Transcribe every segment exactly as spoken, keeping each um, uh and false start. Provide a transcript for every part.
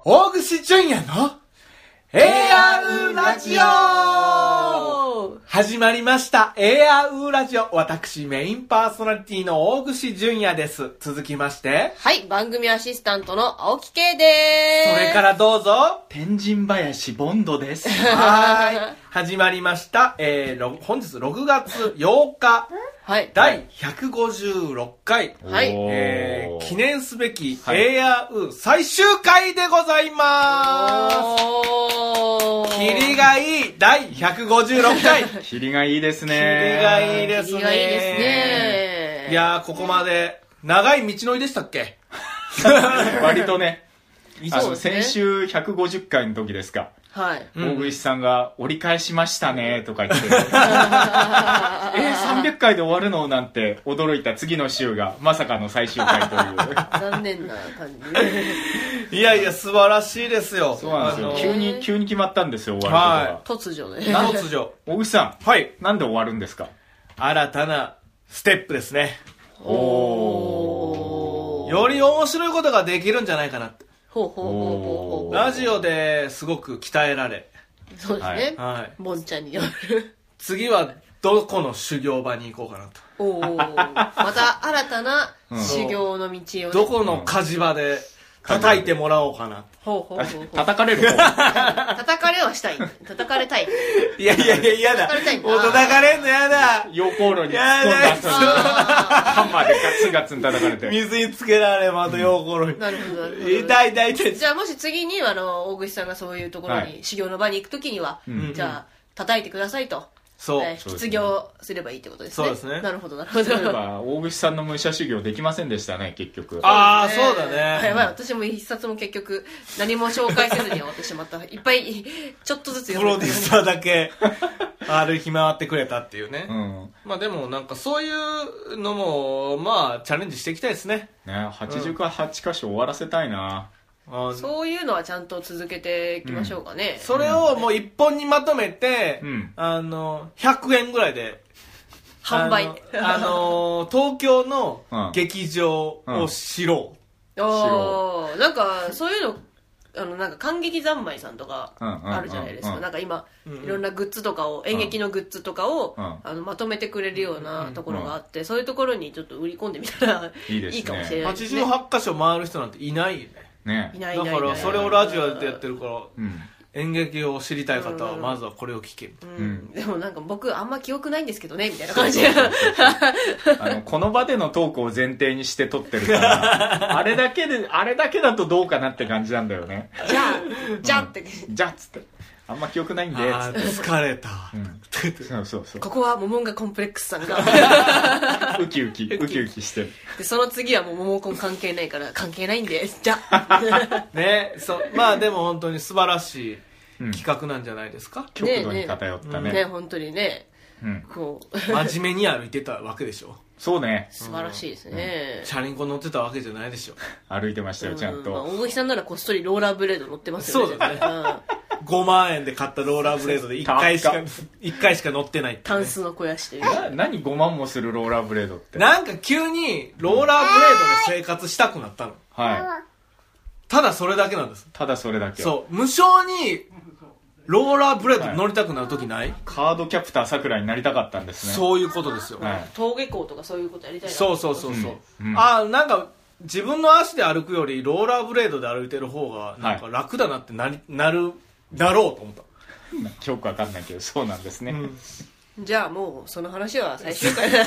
大串淳也の エーアール ラジオ始まりました エーアール ラジオ。私メインパーソナリティの大串淳也です。続きましてはい、番組アシスタントの青木圭です。 それからどうぞ天神林ボンドです。 はい、始まりました、えー、本日ろくがつようかはい、 だいひゃくごじゅうろっかい、 はい、 えー、記念すべき エーアール 最終回でございます。キリがいいだいひゃくごじゅうろっかい。 キリがいいですね。 キリがいいですね。 キリがいいですね。 いやー、ここまで長い道のりでしたっけ？ 割とね。あの、 ね、 先週ひゃくごじゅっかいの時ですか。 はい、 大串さんが折り返しましたねとか言って、えー、さんびゃっかいで終わるのなんて驚いた次の週がまさかの最終回という残念な感じ。いやいや素晴らしいですよ。 そうなんですよ、急に急に決まったんですよ、終わることが、 はい、突如ね。 突如。 大串さん、 はい、 なんで終わるんですか？ 新たなステップですね。 おー、より面白いことができるんじゃないかなって。 ほうほうほうほうほう。 ラジオですごく鍛えられ、 そうですね、 はい、 ボンちゃんによる。 次はどこの修行場に行こうかなと。 おー、また新たな修行の道を、ね、 どこの火事場で叩いてもらおうかな。 ほうほうほうほう。 叩かれる方叩かれはしたい。叩かれたい。 いやいやいや、嫌だ。叩かれんの嫌だ。 溶鉱炉に突っ込んだ後にハンマーでガツンガツン叩かれて水につけられ、また溶鉱炉に。 なるほどなるほど。 痛い痛い痛い。 じゃあもし次にあの大串さんがそういうところに修行の場に行くときには、じゃあ叩いてくださいと。そう、えー、失業すればいいってことですね。 そうですね。 なるほどなるほど。 そういえば大串さんの武者修行できませんでしたね、結局。 ああ、そうだね。 やばい、私も一冊も結局何も紹介せずに終わってしまった。いっぱいちょっとずつ読んでプロデューサーだけ歩き回ってくれたっていうね。うん、まあでもなんかそういうのもまあチャレンジしていきたいですね。 ね、はちじゅうはちかしょ終わらせたいな。 そういうのはちゃんと続けていきましょうかね、 うん、それをもう一本にまとめて、うん、あのひゃくえんぐらいで販売、 あの、あの東京の劇場を知ろう、 うんうん、おー、なんかそういうのあのなんか感激三昧さんとかあるじゃないですか、うんうんうん、なんか今、うんうん、いろんなグッズとかを演劇のグッズとかを、うん、あのまとめてくれるようなところがあって、うんうん、そういうところにちょっと売り込んでみたらいいですね。いいかもしれないですね。はちじゅうはちかしょ回る人なんていないよね。 ね、 いないいないいない。 だからそれをラジオでやってるから、うん、演劇を知りたい方はまずはこれを聞けみたいな、うんうん、 でもなんか僕あんま記憶ないんですけどねみたいな感じであのこの場でのトークを前提にして撮ってるからあれだけであれだけだとどうかなって感じなんだよね。 じゃあじゃあって、 うん、じゃあっつってあんま記憶ないんであ疲れた、うん、 そうそうそう。 ここはモモンガコンプレックスさんがウキウキウキウキしてる。 でその次はもうモモコン関係ないから関係ないんでじゃね、そうまあでも本当に素晴らしい企画なんじゃないですか、うん、 極度に偏ったね。 ね、本当にね、うん、 こう真面目に歩いてたわけでしょ。 そうね、 素晴らしいですね、 うん、チャリンコ乗ってたわけじゃないでしょ。 歩いてましたよちゃんと、 まあ、大木さんならこっそりローラーブレード乗ってますよね。 そうだね、うん、ごまんえんで買ったローラーブレードでいっかいしかいっかいしか乗ってないって、ね、 タンスの肥やしというな。何ごまんもするローラーブレードって。 なんか急にローラーブレードで生活したくなったの、 はい、 ただそれだけなんです。 ただそれだけ。 そう無償にローラーブレード乗りたくなるときない、はい、 カードキャプターさくらになりたかったんですね。 そういうことですよ、はい、 登下校とかそういうことやりたいな。 そうそうそうそう、うんうん、あなんか自分の足で歩くよりローラーブレードで歩いてる方がなんか楽だなってなり、なるだろうと思った。 よくわかんないけどそうなんですね、 うん、じゃあもうその話は最終回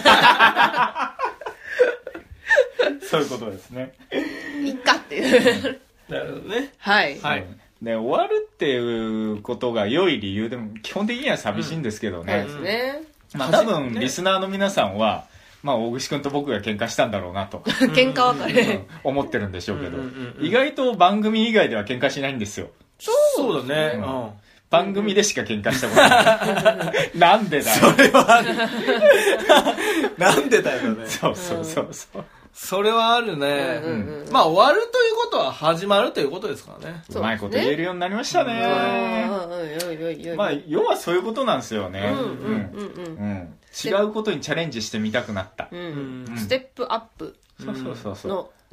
そういうことですね。 いっかっていうなるほどね。 はい、 はい、 で終わるっていうことが良い理由でも基本的には寂しいんですけどね、 うん、そうですね。 まあ多分リスナーの皆さんはまあ大串君と僕が喧嘩したんだろうなと喧嘩別れ、 うん、思ってるんでしょうけど、うんうんうん、意外と番組以外では喧嘩しないんですよ。 そうだね、 うんうん、番組でしか喧嘩したことないなんでだよ。 それはあるなんでだよね。 そうそうそうそう、 それはあるね、うんうんうん、まあ終わるということは始まるということですからね。 うまいこと言えるようになりましたね。まあ要はそういうことなんですよね。違うことにチャレンジしてみたくなった、 うんうん、ステップアップそうそうそうそうのね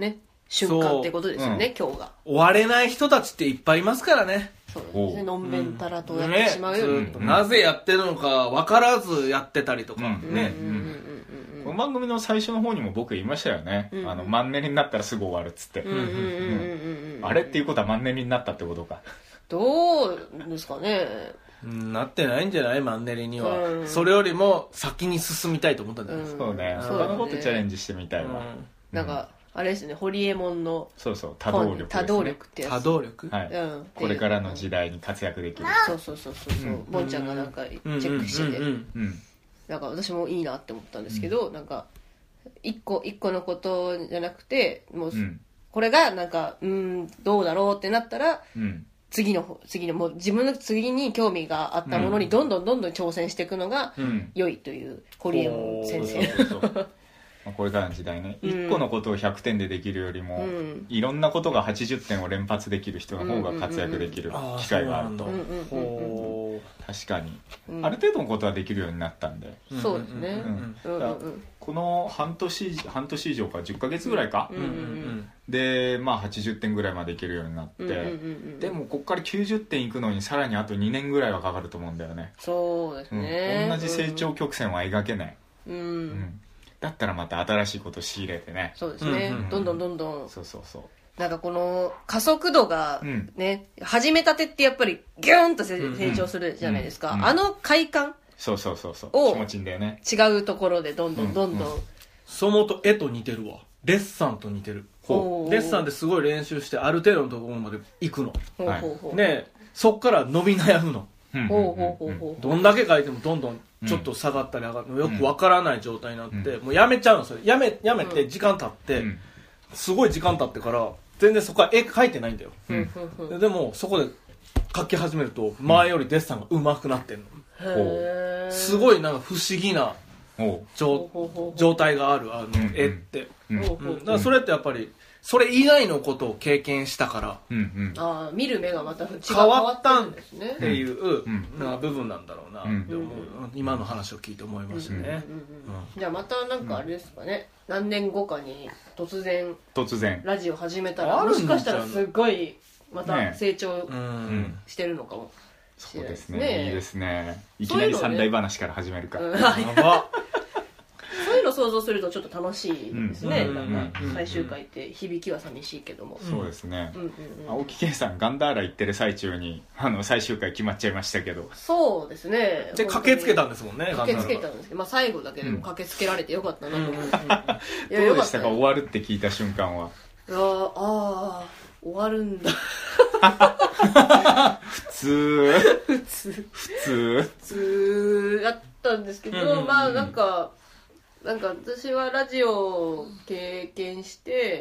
瞬間ってことですよね、 うん、 今日が終われない人たちっていっぱいいますからね。 そうですね、のんべんたらとやってしまうよ、 ね、ずっとなぜやってるのか分からずやってたりとか、 うん、 ね、 この番組の最初の方にも僕言いましたよね、うん、あのマンネリになったらすぐ終わるっつって、あれっていうことはマンネリになったってことか。 どうですかね。 なってないんじゃない、マンネリには、うん、それよりも先に進みたいと思ったんじゃないですか、 うん、そうね、他のことチャレンジしてみたいわ、うん、 なんかあれですね、ホリエモンのそうそう多動力ですね、 多動力ってやつ、 多動力、 はい、うん、これからの時代に活躍できる、 そうそうそうそうそう、ボンちゃんがなんかチェックしてて、なんか私もいいなって思ったんですけど、うん、なんか一個一個のことじゃなくてもう、うん、これがなんかうんどうだろうってなったら、うん、次の次のもう自分の次に興味があったものにどんどんどんどん挑戦していくのが良いというホリエモン先生。 これからの時代ね、うん、いっこのことをひゃくてんでできるよりも、うん、いろんなことがはちじゅってんを連発できる人の方が活躍できる機会があると。確かに、うん、ある程度のことはできるようになったんで、 そうですね、 この半年半年以上かじゅっかげつぐらいか、うんうんうん、でまあはちじゅってんぐらいまでいけるようになって、うんうんうん、でもここからきゅうじゅってんいくのにさらにあとにねんぐらいはかかると思うんだよね。 そうですね、 うん、同じ成長曲線は描けない、うんうんだったらまた新しいことを仕入れてね。 そうですね、うんうんうん、どんどんどんどんそうそうそうなんかこの加速度がね、うん、始めたてってやっぱりギューンと成長するじゃないですか、うんうん、あの快感そうそうそうそう気持ちいいんだよね。 違うところでどんどんどんどん、うんうん、 そのと絵と似てるわ。デッサンと似てる。デッサンですごい練習してある程度のところまで行くの、はい、ねそっから伸び悩むの、うんうん、どんだけ描いてもどんどんちょっと下がったり上がったりよくわからない状態になって、うん、もうやめちゃうのそれやめ、やめて時間経って、うん、すごい時間経ってから全然そこは絵描いてないんだよ、うん、で, でもそこで描き始めると前よりデッサンが上手くなってんの、うん、すごいなんか不思議な状態があるあの絵って、うんうん、だからそれってやっぱりそれ以外のことを経験したから、うんうん、 あ見る目がまた違う変わったんですねっていう、うん、なんか部分なんだろうなって思う、うん、今の話を聞いて思いましたね。 じゃあまたなんかあれですかね、うん、何年後かに突然突然ラジオ始めたらもしかしたらすごいまた成長してるのかもしれないですね。 そうですね、いいですね。いきなり三大話から始めるか、 うん、やばそういうのを想像するとちょっと楽しいですね、うん、なんか最終回って響きは寂しいけども、 うん、そうですね、うんうんうん、青木圭さんガンダーラ行ってる最中にあの最終回決まっちゃいましたけど。 そうですね、 で駆けつけたんですもんね。 駆けつけたんですけど、まあ、最後だけでも駆けつけられてよかったなと思って、うん、いやどうでしたか終わるって聞いた瞬間は。 いやああ終わるんだ普通普通普通普通だったんですけど、うんうんうん、まあなんかなんか私はラジオを経験して、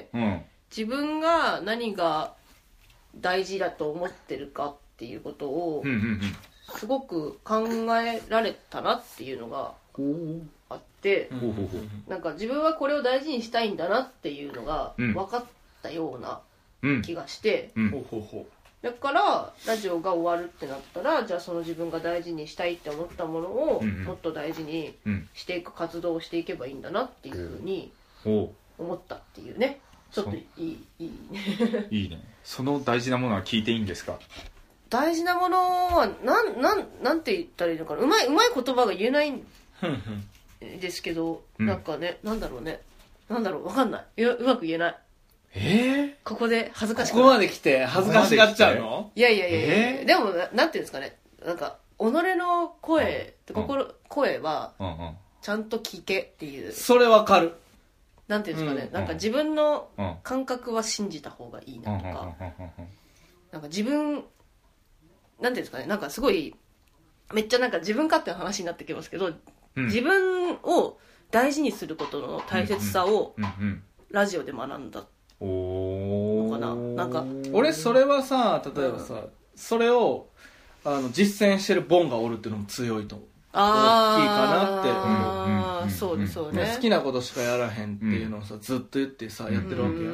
うん、自分が何が大事だと思ってるかっていうことをすごく考えられたなっていうのがあって、うん、なんか自分はこれを大事にしたいんだなっていうのが分かったような気がして、うんうん、だからラジオが終わるってなったらじゃあその自分が大事にしたいって思ったものをもっと大事にしていく活動をしていけばいいんだなっていうふうに思ったっていうね。ちょっといいいいねいいね。その大事なものは聞いていいんですか。 大事なものはなんなんなんて言ったらいいのかな。うまいうまい言葉が言えないんですけど、なんかね、なんだろうね、なんだろうわかんない、うまく言えない。 えー、 ここで恥ずかしくここまで来て恥ずかしがっちゃうの。 いやいやいやいや、えー、でも な, なんていうんですかね、なんか己の声、うん、心、うん、声はちゃんと聞けっていう、 それわかる。 なんていうんですかね、うん、なんか自分の感覚は信じた方がいいなとか、なんか自分なんていうんですかね、なんかすごいめっちゃなんか自分勝手な話になってきますけど、うん、自分を大事にすることの大切さをラジオで学んだのかな。なんか俺それはさ、例えばさ、うん、それをあの実践してるボンがおるっていうのも強いと思う。大きいかなって、 あ、うん、そうですそうね。 好きなことしかやらへんっていうのをさ、うん、ずっと言ってさやってるわけや、うん、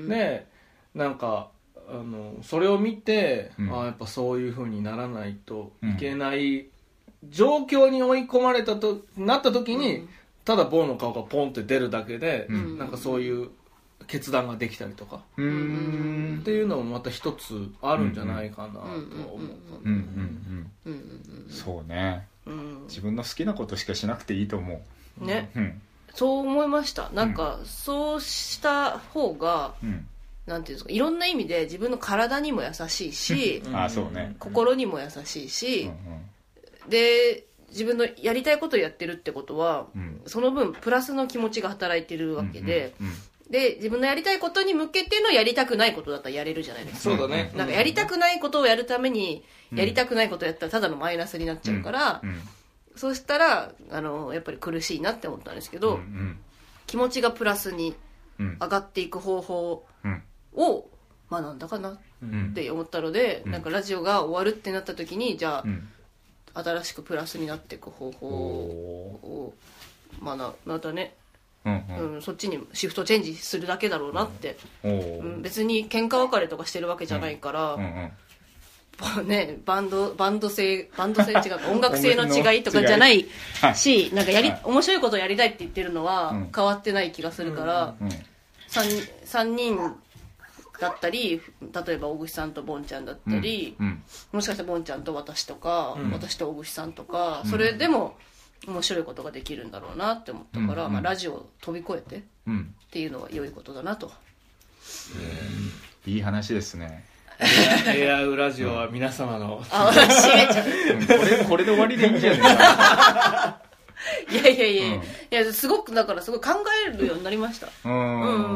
でなんかあのそれを見て、うん、あやっぱそういう風にならないといけない状況に追い込まれたとなった時に、うん、ただボンの顔がポンって出るだけで、うん、なんかそういう決断ができたりとかうーんっていうのもまた一つあるんじゃないかなとは思う。 うんうんうんそうね、うん、自分の好きなことしかしなくていいと思うね、 うん、 そう思いました。なんか、うん、そうした方が、うん、なんていうんですか、いろんな意味で自分の体にも優しいしあそうね、 心にも優しいし、うんうん、で自分のやりたいことをやってるってことは、うん、その分プラスの気持ちが働いてるわけで、うんうんうんで自分のやりたいことに向けてのやりたくないことだったらやれるじゃないですか。そうだね。 なんかやりたくないことをやるために、うん、やりたくないことをやったらただのマイナスになっちゃうから、うんうん、そうしたらあのやっぱり苦しいなって思ったんですけど、うんうん、気持ちがプラスに上がっていく方法を学んだかなって思ったので、うん、なんかラジオが終わるってなった時にじゃあ、うん、新しくプラスになっていく方法を学んだね。うんうんうん、そっちにシフトチェンジするだけだろうなって、うんうん、別に喧嘩別れとかしてるわけじゃないから、うんうんうん、ね、バンドバンド性バンド性違う音楽性の違いとかじゃないし、なんかやり、はい、面白いことをやりたいって言ってるのは変わってない気がするから、うんうん、3, さんにんだったり例えば大串さんとボンちゃんだったり、うんうん、もしかしたらボンちゃんと私とか、うん、私と大串さんとか、それでも面白いことができるんだろうなって思ったから、うんうんまあ、ラジオを飛び越えてっていうのは良いことだなと、 うん、いい話ですね。 エアウラジオは皆様の、うん、 あ閉めちゃうこれこれで終わりでいいんじゃないかいやいやいや、うん、いやすごくだからすごい考えるようになりました。うん、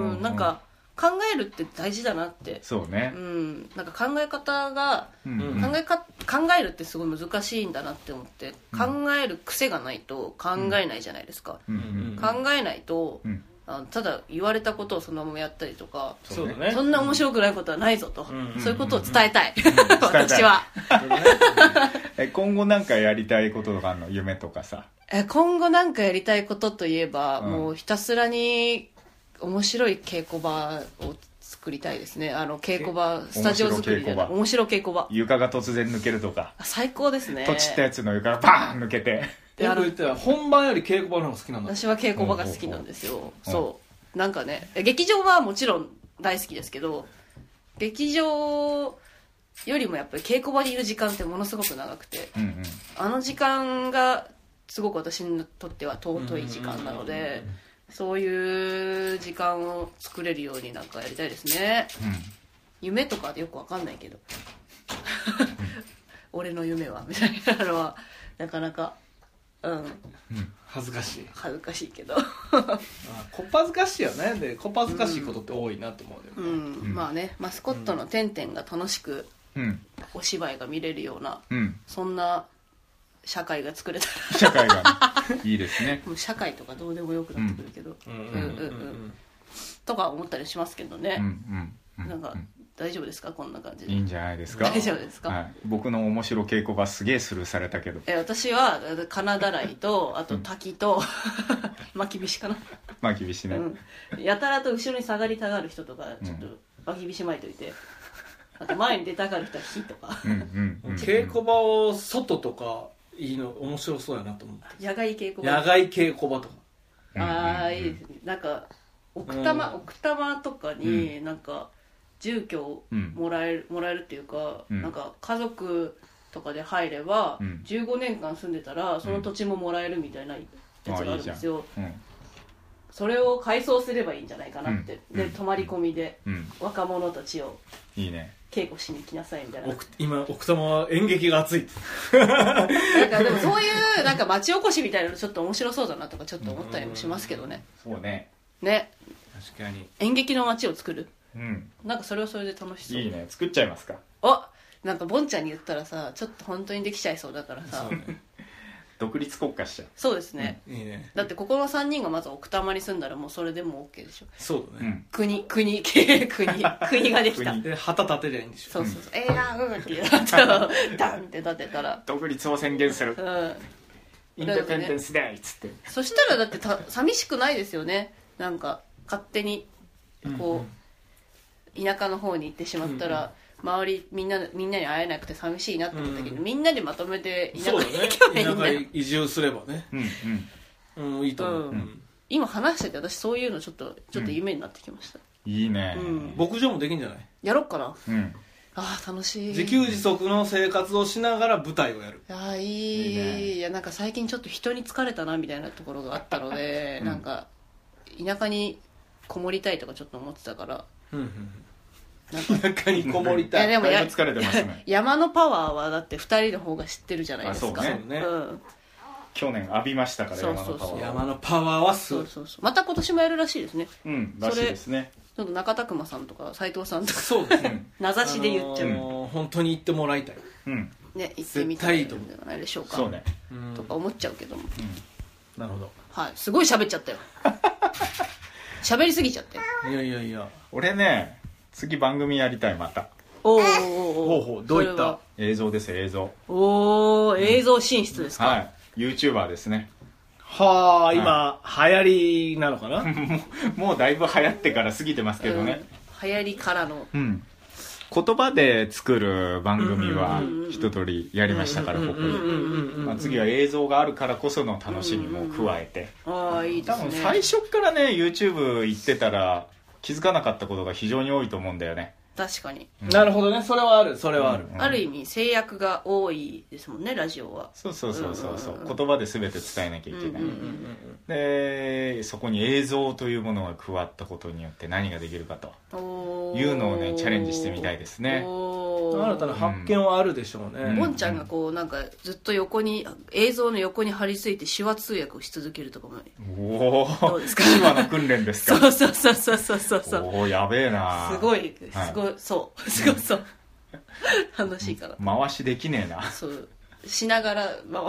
うん、なんか考えるって大事だなって。 そうね、 うん、なんか考え方が、うん、考えか考えるってすごい難しいんだなって思って、うん、考える癖がないと考えないじゃないですか、うんうん、考えないと、うん、あのただ言われたことをそのままやったりとか、 そうだね、 そんな面白くないことはないぞと、うん、そういうことを伝えたい、うん、私はえ今後なんかやりたいこととかあるの？夢とかさ。 え今後なんかやりたいことといえば、うん、もうひたすらに面白い稽古場を作りたいですね。あの稽古場スタジオ作りで面白稽古場、 床が突然抜けるとか最高ですね。 とちったやつの床がバーン抜けてでよく言っては本番より稽古場の方が好きなんだ。 私は稽古場が好きなんですよ。そうなんかね劇場はもちろん大好きですけど、劇場よりもやっぱり稽古場にいる時間ってものすごく長くて、うんうん、あの時間がすごく私にとっては尊い時間なので、そういう時間を作れるようになんかやりたいですね、うん、夢とかよくわかんないけど俺の夢はみたいなのはなかなかうん、うん、 恥ずかしい恥ずかしいけどあこっぱずかしいよね。でこっぱずかしいことって多いなと思うよね、 うんうん、まあねマスコットのてんてんが楽しくお芝居が見れるような、うん、そんな社会が作れたら社会が、ね、いいですね。 もう社会とかどうでもよくなってくるけどとか思ったりしますけどね、うんうんうん、なんか大丈夫ですかこんな感じで。 いいんじゃないですか。 大丈夫ですか、はい、 僕の面白稽古場すげえスルーされたけど、 え私は金だらいとあと滝と、うん、巻き菱かな巻き菱ね、 うん、やたらと後ろに下がりたがる人とかちょっと巻き菱巻いといて、あと前に出たがる人は火とかうんうん、 うん、稽古場を外とかいいの面白そうやなと思って。 野外稽古場野外稽古場とかああ、うんうんうん、いいですね。なんか奥多摩、うん、奥多摩とかになんか住居もらえる、うん、もらえるっていうか、うん、なんか家族とかで入れば、うん、じゅうごねんかん住んでたらその土地ももらえるみたいなやつがあるんですよ、うん、それを改装すればいいんじゃないかなって、うん、で泊まり込みで若者たちをいいね稽古しに来なさいみたいな。 今奥多摩は演劇が熱いなんかでもそういうなんか町おこしみたいなのちょっと面白そうだなとかちょっと思ったりもしますけどね。 そうねね、 確かに演劇の街を作る、うん、なんかそれはそれで楽しそう。 いいね、作っちゃいますか。 おなんかボンちゃんに言ったらさちょっと本当にできちゃいそうだからさ、ね、 独立国家しちゃう。 そうですね、 うん、いいね。 だってここのさんにんがまず奥多摩に住んだらもうそれでも OK でしょ。 そうだね、うん、 国国国国ができた国で旗立てりゃいいんでしょ。 そうそうそう、うん、えーなーってダンって立てたら独立を宣言する、うん、インデペンデンスデーっつって、 そしたらだってた寂しくないですよね。なんか勝手にこう、うん、田舎の方に行ってしまったら、うん、周りみんなみんなに会えなくて寂しいなって思ったけど、うん、みんなでまとめて田舎に行けばいいんだよ。 田舎に移住すればね、うんうん、うん、いいと思う、うん、 今話してて私そういうのちょっとちょっと夢になってきました、 いいね、 うん、 牧場もできんじゃない？ やろっかな。 うん、 ああ楽しい。 自給自足の生活をしながら舞台をやる。 ああいい、 いいね。 いやなんか最近ちょっと人に疲れたなみたいなところがあったので、うん、なんか田舎にこもりたいとかちょっと思ってたから、うんうん、 なんか田舎にこもりたい。 いやでもや疲れてますね。 山のパワーはだってふたりの方が知ってるじゃないですか。 あそうね、うん、去年浴びましたから。 そうそうそう、山のパワーはすごい。 そうそうそう、また今年もやるらしいですね。 うんらしいですね。 ちょっと中田熊さんとか斉藤さんとかそうですね名指しで言っちゃう、あのー、本当に行ってもらいたい、 うんね、行ってみたいんじゃないでしょうか。 そうね、 とか思っちゃうけども、うん、 なるほど。 はい、すごい喋っちゃったよ喋りすぎちゃったよ。 いやいやいや、 俺ね次番組やりたい。また。 おおほうほう、どういった映像です。映像。 おお、映像進出ですか。 はい、 YouTuber ですね。 はあ、今、はい、流行りなのかなもう、もうだいぶ流行ってから過ぎてますけどね、 うん、流行りからの、 うん、言葉で作る番組は一通りやりましたから、ここに次は映像があるからこその楽しみも加えて、 ああいいですね。 多分最初からね YouTube 行ってたら気づかなかったことが非常に多いと思うんだよね。 確かに、 うん、なるほどね、それはある、それはある、 うん、ある意味制約が多いですもんね、ラジオは。 そうそうそうそうそう、うんうん、言葉で全て伝えなきゃいけない、うんうんうん、でそこに映像というものが加わったことによって何ができるかというのをねチャレンジしてみたいですね。 新たな発見はあるでしょうね。 ボン、うん、ちゃんがこうなんかずっと横に映像の横に張り付いて手話通訳をし続けるとかも、 おお、 どうですか？ 手話の訓練ですか？ そうそうそうそうそうそう、 おおやべえな、 すごいすごい、はい、そうすごいそう楽しいから回しできねえな。 そうしながら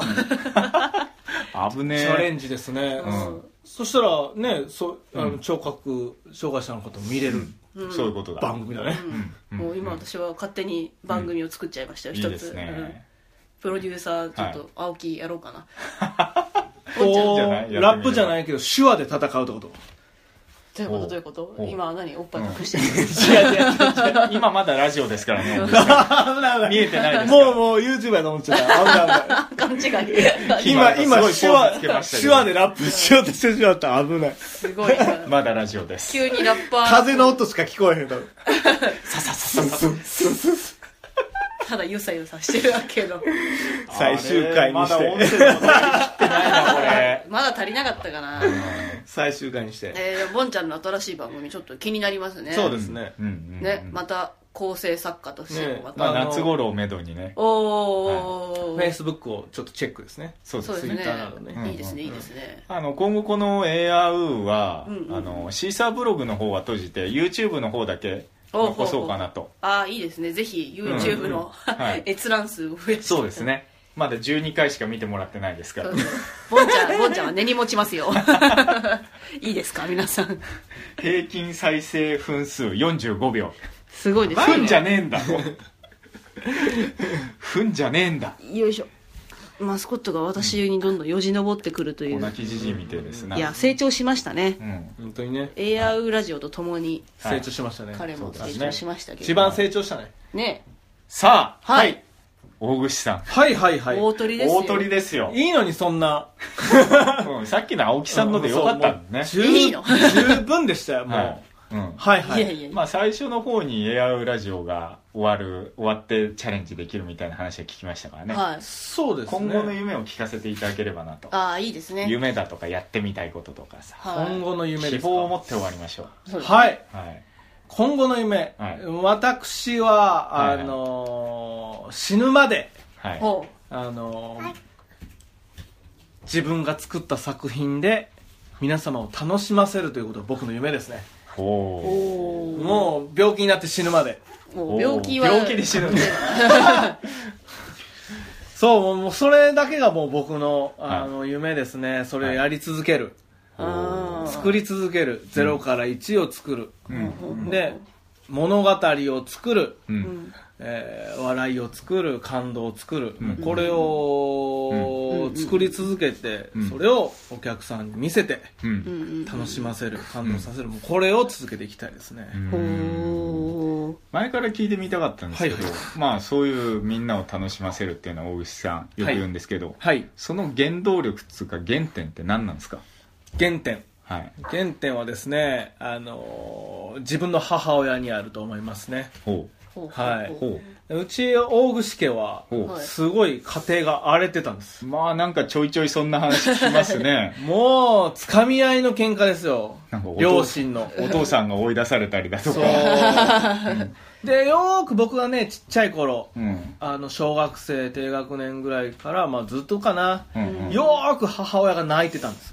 回危ねえチャレンジですね、うん、そしたらね、そあの聴覚障害者の方も見れる、 うん、そういうことだ、 番組だね、 うんうん、もう今私は勝手に番組を作っちゃいましたよ、一、うん、ついいですね、うん、プロデューサーちょっと青木やろうかな、 はい、おラップじゃないけど手話で戦うってこと？ どういうことどういうこと？今は何おっぱい隠してる、 うん、違う違う違う今まだラジオですからね見えてないですから。 もうもう YouTuber だと思っちゃった。 勘違い今今手話手話でラップしようとしてしまった。危ない。 すごいな。 まだラジオです。 急にラッパー風の音しか聞こえへんだろ。ささささささただゆさゆさしてるだけの最終回にして。 まだ音声の取り切ってないなこれ。 まだ足りなかったかな。 最終回にして。 えー、ボンちゃんの新しい番組ちょっと気になりますね。 そうですね。 うんうんうん、 ね、また構成作家としてもまた、 ね、まあ、夏頃をめどにね。 おお。 フェイスブックをちょっとチェックですね。 そうですね。 ツイッターなどね。 うんうん、いいですねいいですね。 あの今後このエアウーは、 うんうん、 あのシーサーブログの方は閉じて YouTube の方だけ残そうかなと。 ああいいですね。ぜひ YouTube の、うんうんはい、閲覧数を増やして。 そうですね。まだじゅうにかいしか見てもらってないですから。ボンちゃんボンちゃんは根に持ちますよ。いいですか皆さん。 平均再生分数よんじゅうごびょう。 すごいですね。 分じゃねえんだ。分じゃねえんだ。 よいしょ。マスコットが私にどんどんよじ登ってくるという。 粉木じじいみてえですね。 いや成長しましたね。 うん、本当にね。 エアウラジオとともに成長しましたね。 彼も成長しましたけど。 一番成長したね。 ね。 さあ、 はい。 大串さん。 はいはいはい。 大鳥ですよ。 大鳥ですよ。 いいのにそんな。 うん、さっきの青木さんのでよかったんね。 いいの。 十分でしたよもう。 はいうん、 はいはい。 いやいやいやまあ最初の方にエアウラジオが終わる終わってチャレンジできるみたいな話は聞きましたからね。 はい。 そうですね。 今後の夢を聞かせていただければなと。 ああいいですね。 夢だとかやってみたいこととかさ。 はい、今後の夢ですか。 希望を持って終わりましょう。はい。 はい。 今後の夢。はい、私はあのーはい、死ぬまで。 はい。 あのー、自分が作った作品で皆様を楽しませるということが僕の夢ですね。 おもう病気になって死ぬまで。 もう病気は病気で死ぬんだ。 そうもうそれだけがもう僕のあの夢ですね。それをやり続ける、 はい、 作り続ける、ゼロからいちを作る、 うん、 で物語を作る、 うんえー、笑いを作る、感動を作る、うん、これを作り続けて、うん、それをお客さんに見せて、うん、楽しませる、感動させる、うん、もうこれを続けていきたいですね。 うん、前から聞いてみたかったんですけど、はいはい、まあそういうみんなを楽しませるっていうのは大串さんよく言うんですけど、 はいはい、 その原動力っていうか原点って何なんですか？ 原点、 はい、 原点はですね、あのー、自分の母親にあると思いますね。 ほう、はい、ほう、うち大串家はすごい家庭が荒れてたんです。 まあなんかちょいちょいそんな話聞きますね。 もうつかみ合いの喧嘩ですよ、両親の。 お父さんが追い出されたりだとか。そうでよーく僕がねちっちゃい頃、うん、あの小学生低学年ぐらいから、まあ、ずっとかな、うんうん、よーく母親が泣いてたんです。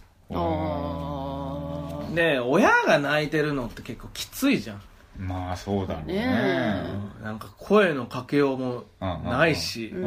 で親が泣いてるのって結構きついじゃん。 まあそうだね、 うん、なんか声のかけようもないし、うんうん、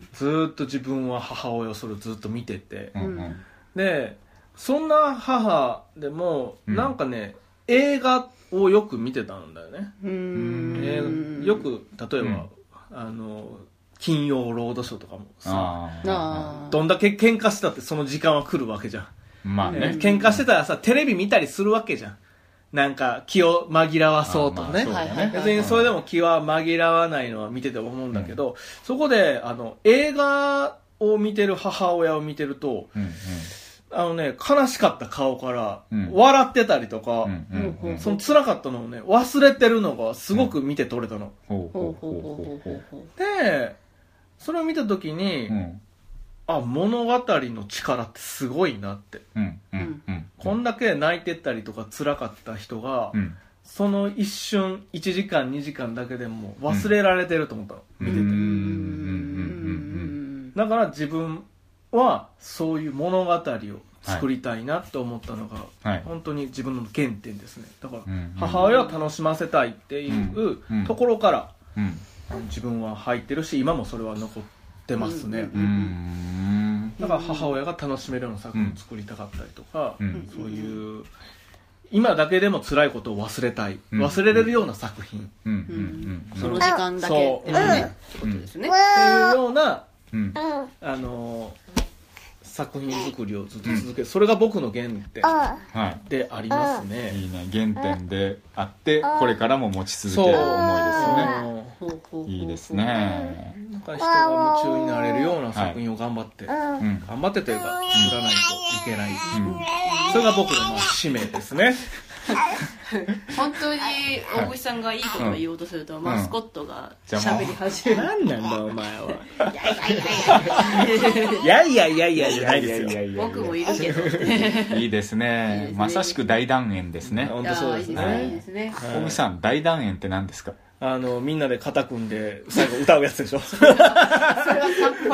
ずっと自分は母親をそれをずっと見てて、うんうん、でそんな母でも、うん、なんかね映画をよく見てたんだよね。うーん、えー、よく例えば、うん、あの金曜ロードショーとかもさ、あどんだけ喧嘩してたってその時間は来るわけじゃん。まあね、喧嘩してたらさテレビ見たりするわけじゃん。なんか気を紛らわそうとね、まあね、別にそれでも気は紛らわないのは見てて思うんだけど、うん、そこであの映画を見てる母親を見てると、うんうん、あのね悲しかった顔から笑ってたりとか、うんうんうん、その辛かったのをね忘れてるのがすごく見て取れたの、うん、でそれを見た時に、うん、あ物語の力ってすごいなって、うんうんうん、こんだけ泣いてったりとか辛かった人が、うん、その一瞬いちじかんにじかんだけでも忘れられてると思ったの、うん、見てて、うんうんうん、だから自分はそういう物語を作りたいなと思ったのが、はい、本当に自分の原点ですね。だから母親を楽しませたいっていうところから、うんうん、自分は入ってるし今もそれは残ってますね、うんうん、だから母親が楽しめるような作品を作りたかったりとか、うん、そういう今だけでも辛いことを忘れたい、うん、忘れれるような作品、うんうんうん、その時間だけでもね、ってことですね、 っていうような、うん、あの作品作りをずっと続ける、うん、それが僕の原点でありますね。 いいね、原点であってこれからも持ち続ける思いですね。いいですね。 なんか人が夢中になれるような作品を頑張って、はい、頑張ってというか作らないといけない、うん、それが僕のまあ使命ですね。 本当に大串さんがいいことを言おうとすると、はい、マスコットが喋り始める。 何なんだお前は。いやいやいやいやいやいやいやいやいやいやいやいや。 僕もいるけど。 いいですね。まさしく大団円ですね。 本当そうですね。 いいですね。 大串さん大団円って何ですか。 あのみんなで肩組んで最後歌うやつでしょ。 それはかっこ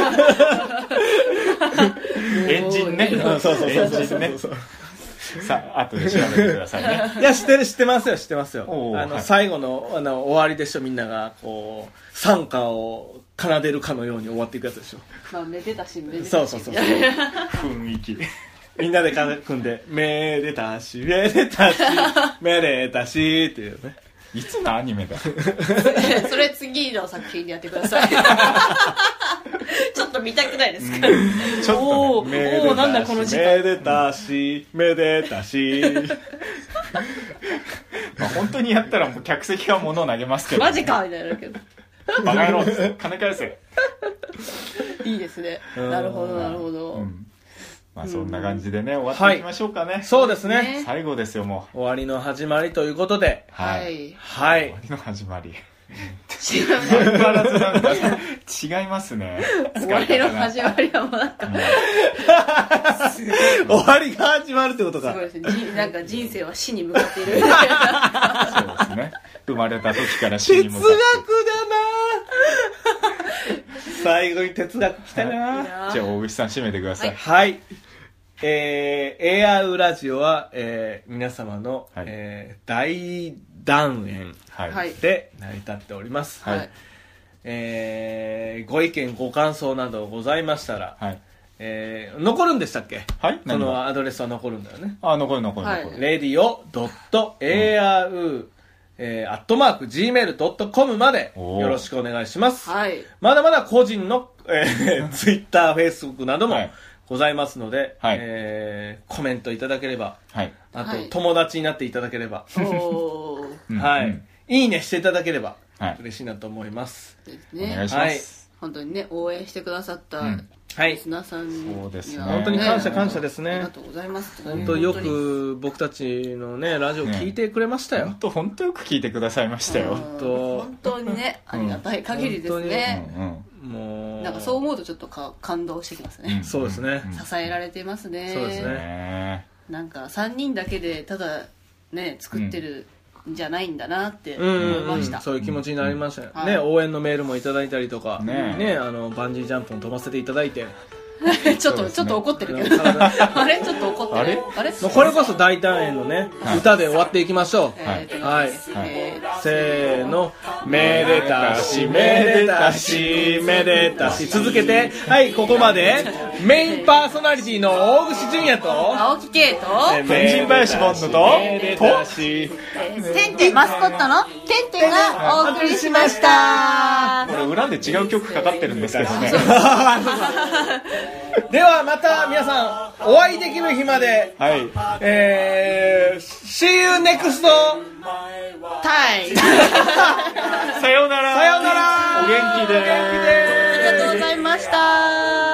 いい。エンジンね。 そうそうそうそうね。さあ後で調べてくださいね。 いや知ってる知ってますよ知ってますよ。あの、はい、最後のあの終わりでしょ。みんながこう賛歌を奏でるかのように終わっていくやつでしょ。 まあめでたしめでたし。 そうそうそうそう。 雰囲気。 みんなで肩組んでめでたしめでたしめでたしっていうね。 いつのアニメだ。 それ次の作品でやってください。ちょっと見たくないですか。ちょっとね、おおなんだこの時間。 めでたしめでたし。 まあ本当にやったらもう客席は物を投げますけど、 ね。マジかみたいなけど。 バカ野郎金返せ。 いいですね。なるほどなるほど。うんまあそんな感じでね、うん、終わっていきましょうかね、はい、 そうですね。 最後ですよもう終わりの始まりということではいはい終わりの始まり違いますね。 終わりの始まりはもうなんか、うん、 終わりが始まるってことか。 すごいですね。なんか人生は死に向かっている。 そうですね。生まれた時から死に向かって。 哲学だな。最後に哲学来たな。 じゃあ大串さん締めてください。 はい、はいえー、エーアール ラジオは、えー、皆様の、はいえー、大団円で成り立っております、はいえー、ご意見ご感想などございましたら、はいえー、残るんでしたっけ。 はいそのアドレスは残るんだよね。 あ残る残る残る、 はい、レディオ ドット エーアール えー、アットマーク ジーメールドットコム までよろしくお願いします、はい、まだまだ個人の、えー、Twitter、Facebook なども、はいございますので、はいえー、コメントいただければ、はい、あと、はい、友達になっていただければ、おはい、うん、いいねしていただければ、はい、嬉しいなと思います。 ですね、 お願いします、はい。 本当にね応援してくださったはいリスナーさんには、 そうですね本当に感謝感謝ですね。 ありがとうございます。 本当よく僕たちのねラジオ聞いてくれましたよ。 本当本当よく聞いてくださいましたよ。 本当本当にね、ありがたい限りですね。 うん、 もうなんかそう思うとちょっとか感動してきますね。 うん、そうですね、 支えられていますね。 そうですね。 なんかさんにんだけでただね作ってるんじゃないんだなって思いました。 うんうんうん、そういう気持ちになりましたよ、 うん、 ね、応援のメールもいただいたりとか、 ねね、あのバンジージャンプも飛ばせていただいてちょっと、ね、ちょっと怒ってるけどあれちょっと怒ってるあれあれもうこれこそ大胆園のね、はい、歌で終わっていきましょう。 はい、 はい、せーの、めでたしめでたしめでたし、続けて、はい、ここまでメインパーソナリティの大串純也と青木圭と天神林ボンドとめでたしてんてんマスコットのてんてんがお送りしました。 これ裏で違う曲かかってるんですけどねではまた皆さんお会いできる日まで、 はい、 えー、See you next time さようなら。 さようなら。 お元気で。 ありがとうございました。